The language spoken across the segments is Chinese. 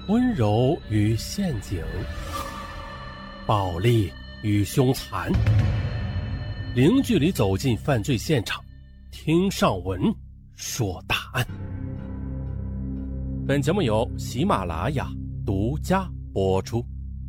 温柔与陷阱，暴力与凶残，零距离走进犯罪现场，听上文说大案。本节目由喜马拉雅独家播出。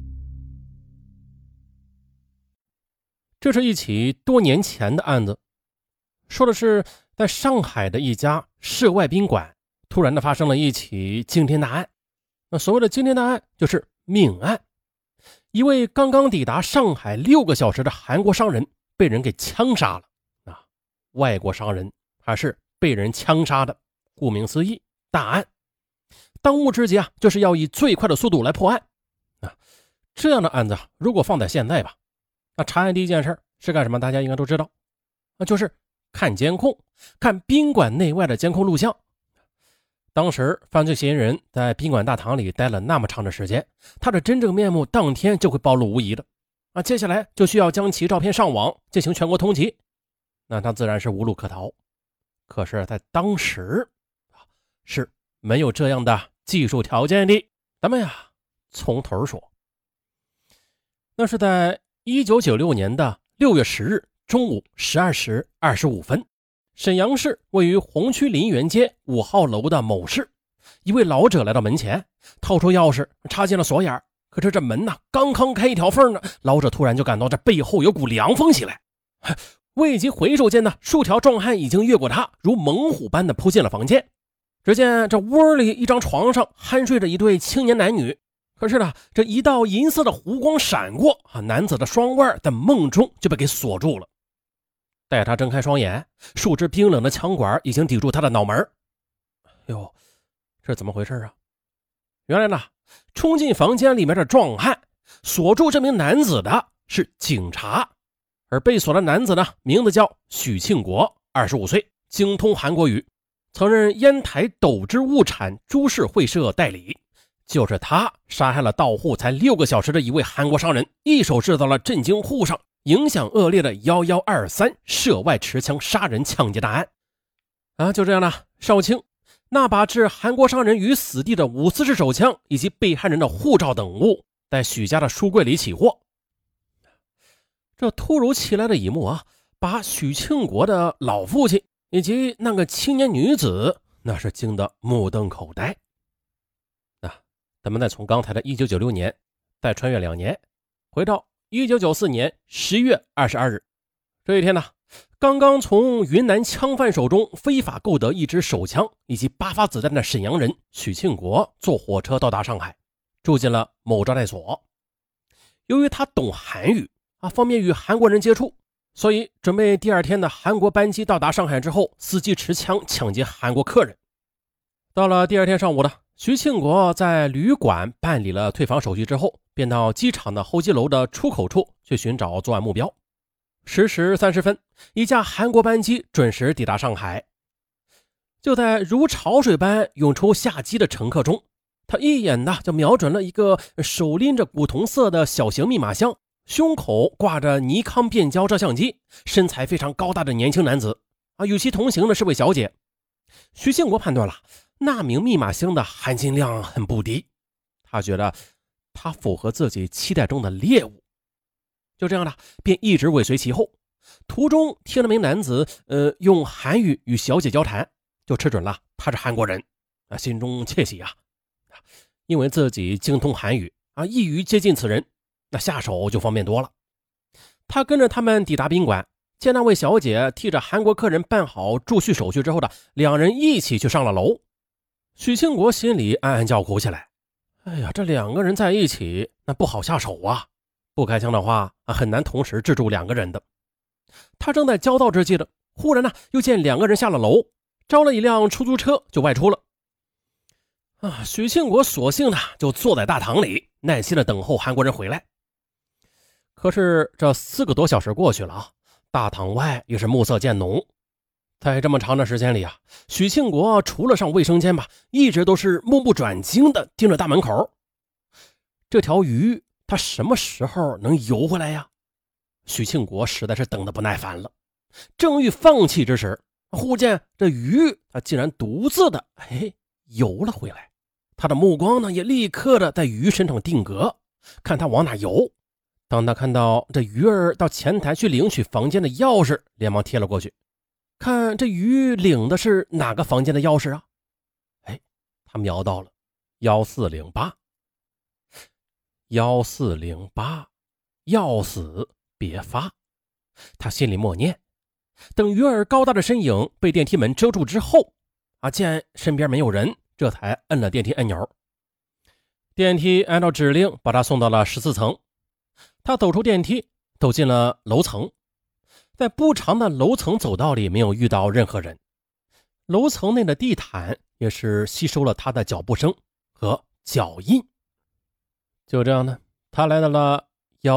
这是一起多年前的案子，说的是在上海的一家涉外宾馆突然的发生了一起惊天大案。那所谓的惊天大案就是命案，一位刚刚抵达上海6个小时的韩国商人被人给枪杀了。外国商人还是被人枪杀的，顾名思义，大案。当务之急就是要以最快的速度来破案。这样的案子如果放在现在吧，那查案第一件事是干什么？大家应该都知道，那就是看监控，看宾馆内外的监控录像。当时犯罪嫌疑人在宾馆大堂里待了那么长的时间，他的真正面目当天就会暴露无遗的。接下来就需要将其照片上网进行全国通缉，那他自然是无路可逃。可是在当时是没有这样的技术条件的。咱们从头说。那是在1996年的6月10日中午12时25分，沈阳市位于红区林园街5号楼的某室，一位老者来到门前，掏出钥匙插进了锁眼。可是这门刚开一条缝呢，老者突然就感到这背后有股凉风袭来。未及回首间呢，数条壮汉已经越过他，如猛虎般的扑进了房间。只见这窝里一张床上酣睡着一对青年男女。可是呢，这一道银色的弧光闪过，男子的双腕在梦中就被给锁住了。待他睁开双眼，数支冰冷的枪管已经抵住他的脑门。哟，这怎么回事啊？原来呢，冲进房间里面的壮汉锁住这名男子的是警察，而被锁的男子呢，名字叫许庆国，25岁，精通韩国语，曾任烟台斗之物产株式会社代理。就是他杀害了到户才6个小时的一位韩国商人，一手制造了震惊沪上影响恶劣的1123涉外持枪杀人抢劫大案。就这样呢，少卿那把置韩国商人于死地的5四式手枪以及被害人的护照等物在许家的书柜里起获。这突如其来的一幕把许庆国的老父亲以及那个青年女子那是惊得目瞪口呆。咱们再从刚才的1996年再穿越2年，回到1994年10月22日。这一天呢，刚刚从云南枪贩手中非法购得1支手枪以及8发子弹的沈阳人许庆国坐火车到达上海，住进了某招待所。由于他懂韩语方便与韩国人接触，所以准备第2天的韩国班机到达上海之后，伺机持枪抢劫韩国客人。到了第2天上午许庆国在旅馆办理了退房手续之后，便到机场的候机楼的出口处去寻找作案目标。10时30分，一架韩国班机准时抵达上海。就在如潮水般涌出下机的乘客中，他一眼就瞄准了一个手拎着古铜色的小型密码箱，胸口挂着尼康变焦照相机，身材非常高大的年轻男子。与其同行的是位小姐。许庆国判断了那名密码箱的含金量很不低，他觉得他符合自己期待中的猎物。就这样便一直尾随其后。途中听那名男子用韩语与小姐交谈，就吃准了他是韩国人，心中窃喜因为自己精通韩语易于接近此人，那下手就方便多了。他跟着他们抵达宾馆，见那位小姐替着韩国客人办好住宿手续之后两人一起去上了楼。许庆国心里暗暗叫苦起来，这2个人在一起那不好下手不开枪的话很难同时制住2个人的。他正在焦躁之际忽然又见2个人下了楼，招了一辆出租车就外出了。许庆国索性就坐在大堂里耐心的等候韩国人回来。可是这4个多小时过去了大堂外也是暮色渐浓。在这么长的时间里许庆国除了上卫生间一直都是目不转睛的盯着大门口。这条鱼他什么时候能游回来呀？许庆国实在是等得不耐烦了，正欲放弃之时，忽见这鱼它竟然独自的游了回来， 他的目光呢也立刻的在鱼身上定格，看他往哪游。当他看到这鱼儿到前台去领取房间的钥匙，连忙贴了过去，看这鱼领的是哪个房间的钥匙啊？他瞄到了1408，要死别发。他心里默念。等鱼儿高大的身影被电梯门遮住之后，见身边没有人，这才摁了电梯按钮。电梯按照指令把他送到了14层。他走出电梯，走进了楼层。在不长的楼层走道里没有遇到任何人，楼层内的地毯也是吸收了他的脚步声和脚印。就这样呢，他来到了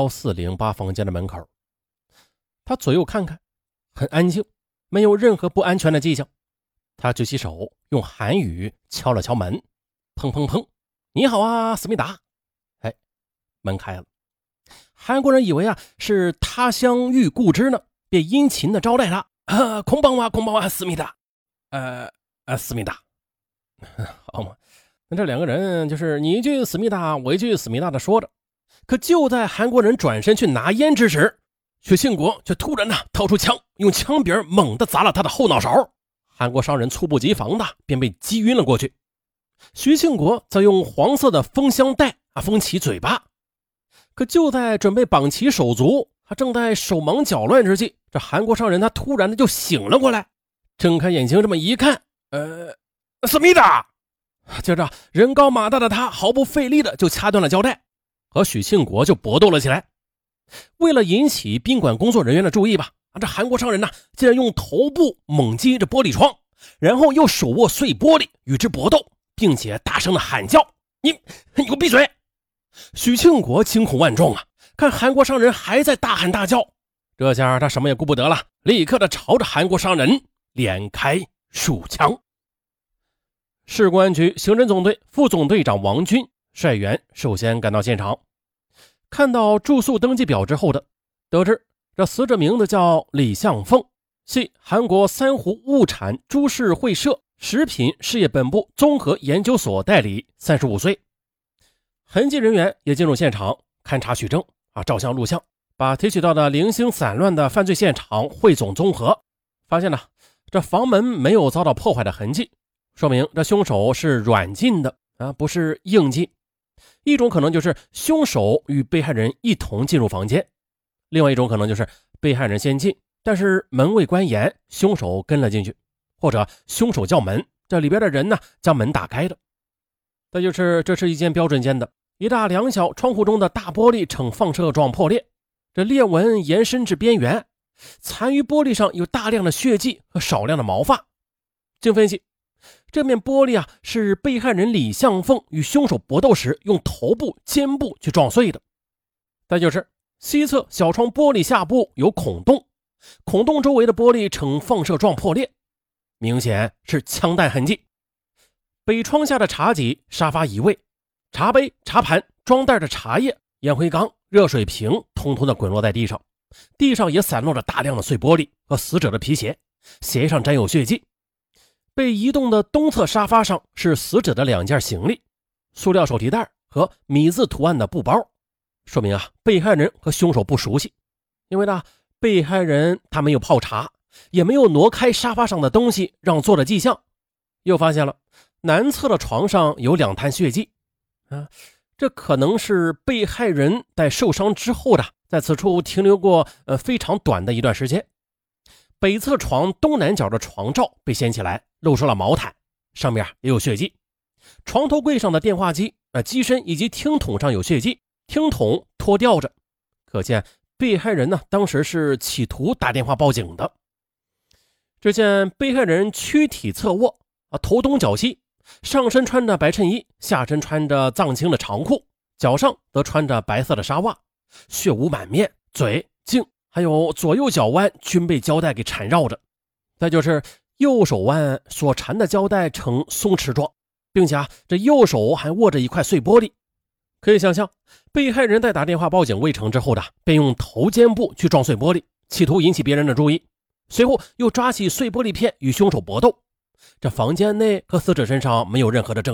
1408房间的门口。他左右看看，很安静，没有任何不安全的迹象。他举起手，用韩语敲了敲门，砰砰砰，你好啊，思密达。门开了。韩国人以为是他乡遇故知呢，便殷勤的招待他。空棒哇，思密达。思密达。好嘛，那这两个人就是你一句思密达，我一句思密达的说着。可就在韩国人转身去拿烟之时，许庆国却突然掏出枪，用枪柄猛地砸了他的后脑勺。韩国商人猝不及防的便被击晕了过去。徐庆国则用黄色的封箱带封起嘴巴。可就在准备绑其手足，他正在手忙脚乱之际，这韩国商人他突然的就醒了过来，睁开眼睛这么一看，思密达。接着人高马大的他毫不费力的就掐断了胶带，和许庆国就搏斗了起来。为了引起宾馆工作人员的注意吧，这韩国商人竟然用头部猛击着玻璃窗，然后又手握碎玻璃与之搏斗，并且大声的喊叫：你给我闭嘴！许庆国惊恐万状看韩国商人还在大喊大叫，这下他什么也顾不得了，立刻的朝着韩国商人连开数枪。市公安局刑侦总队副总队长王军率员首先赶到现场，看到住宿登记表之后的，得知这死者名字叫李向凤，系韩国三湖物产株式会社食品事业本部综合研究所代理，35岁。痕迹人员也进入现场勘查取证照相录像，把提取到的零星散乱的犯罪现场汇总综合，发现这房门没有遭到破坏的痕迹，说明这凶手是软禁的不是硬禁。一种可能就是凶手与被害人一同进入房间，另外一种可能就是被害人先进，但是门未关严，凶手跟了进去，或者凶手叫门，这里边的人将门打开的。再就是这是一间标准间的，一大两小窗户中的大玻璃呈放射状破裂，这裂纹延伸至边缘，残余玻璃上有大量的血迹和少量的毛发。经分析，这面玻璃是被害人李向凤与凶手搏斗时用头部、肩部去撞碎的。再就是西侧小窗玻璃下部有孔洞，孔洞周围的玻璃呈放射状破裂，明显是枪弹痕迹。北窗下的茶几、沙发移位，茶杯、茶盘、装袋的茶叶、烟灰缸、热水瓶通通的滚落在地上，地上也散落着大量的碎玻璃和死者的皮鞋，鞋上沾有血迹。被移动的东侧沙发上是死者的2件行李，塑料手提袋和米字图案的布包，说明被害人和凶手不熟悉。因为被害人他没有泡茶，也没有挪开沙发上的东西让座的迹象。又发现了南侧的床上有2滩血迹这可能是被害人在受伤之后在此处停留过非常短的一段时间。北侧床东南角的床罩被掀起来，露出了毛毯，上面也有血迹。床头柜上的电话机机身以及听筒上有血迹，听筒脱吊着，可见被害人当时是企图打电话报警的。只见被害人躯体侧卧头东脚西，上身穿着白衬衣，下身穿着藏青的长裤，脚上则穿着白色的纱袜，血污满面，嘴、颈还有左右脚腕均被胶带给缠绕着。再就是右手腕所缠的胶带呈松弛状，并且这右手还握着一块碎玻璃。可以想象，被害人在打电话报警未成之后便用头肩部去撞碎玻璃，企图引起别人的注意，随后又抓起碎玻璃片与凶手搏斗。这房间内和死者身上没有任何的证件，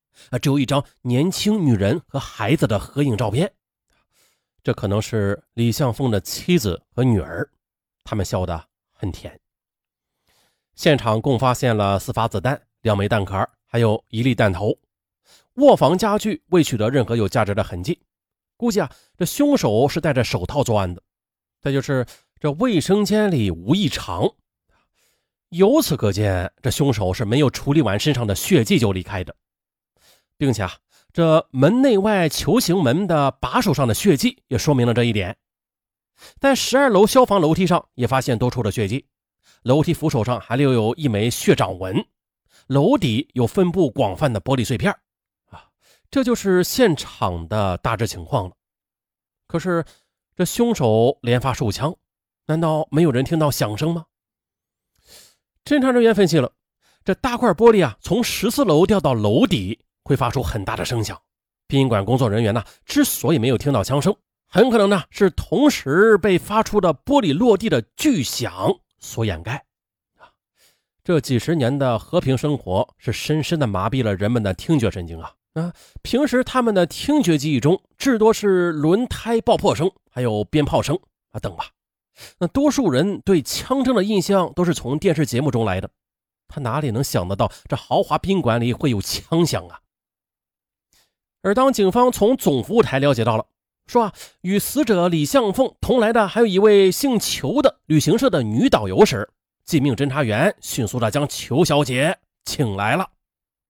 只有一张年轻女人和孩子的合影照片。这可能是李向凤的妻子和女儿，他们笑得很甜。现场共发现了4发子弹、2枚弹壳，还有1粒弹头。卧房家具未取得任何有价值的痕迹，估计这凶手是戴着手套作案的。再就是这卫生间里无异常，由此可见，这凶手是没有处理完身上的血迹就离开的，并且这门内外球形门的把手上的血迹也说明了这一点。在12楼消防楼梯上也发现多处的血迹，楼梯扶手上还留有1枚血掌纹，楼底有分布广泛的玻璃碎片这就是现场的大致情况了。可是这凶手连发数枪，难道没有人听到响声吗？侦查人员分析了，这大块玻璃从14楼掉到楼底会发出很大的声响。殡仪馆工作人员之所以没有听到枪声，很可能是同时被发出的玻璃落地的巨响所掩盖。这几十年的和平生活是深深的麻痹了人们的听觉神经平时他们的听觉记忆中至多是轮胎爆破声还有鞭炮声等吧。那多数人对枪声的印象都是从电视节目中来的，他哪里能想得到这豪华宾馆里会有枪响而当警方从总服务台了解到了，说与死者李向凤同来的还有一位姓裘的旅行社的女导游时，记命侦查员迅速的将裘小姐请来了。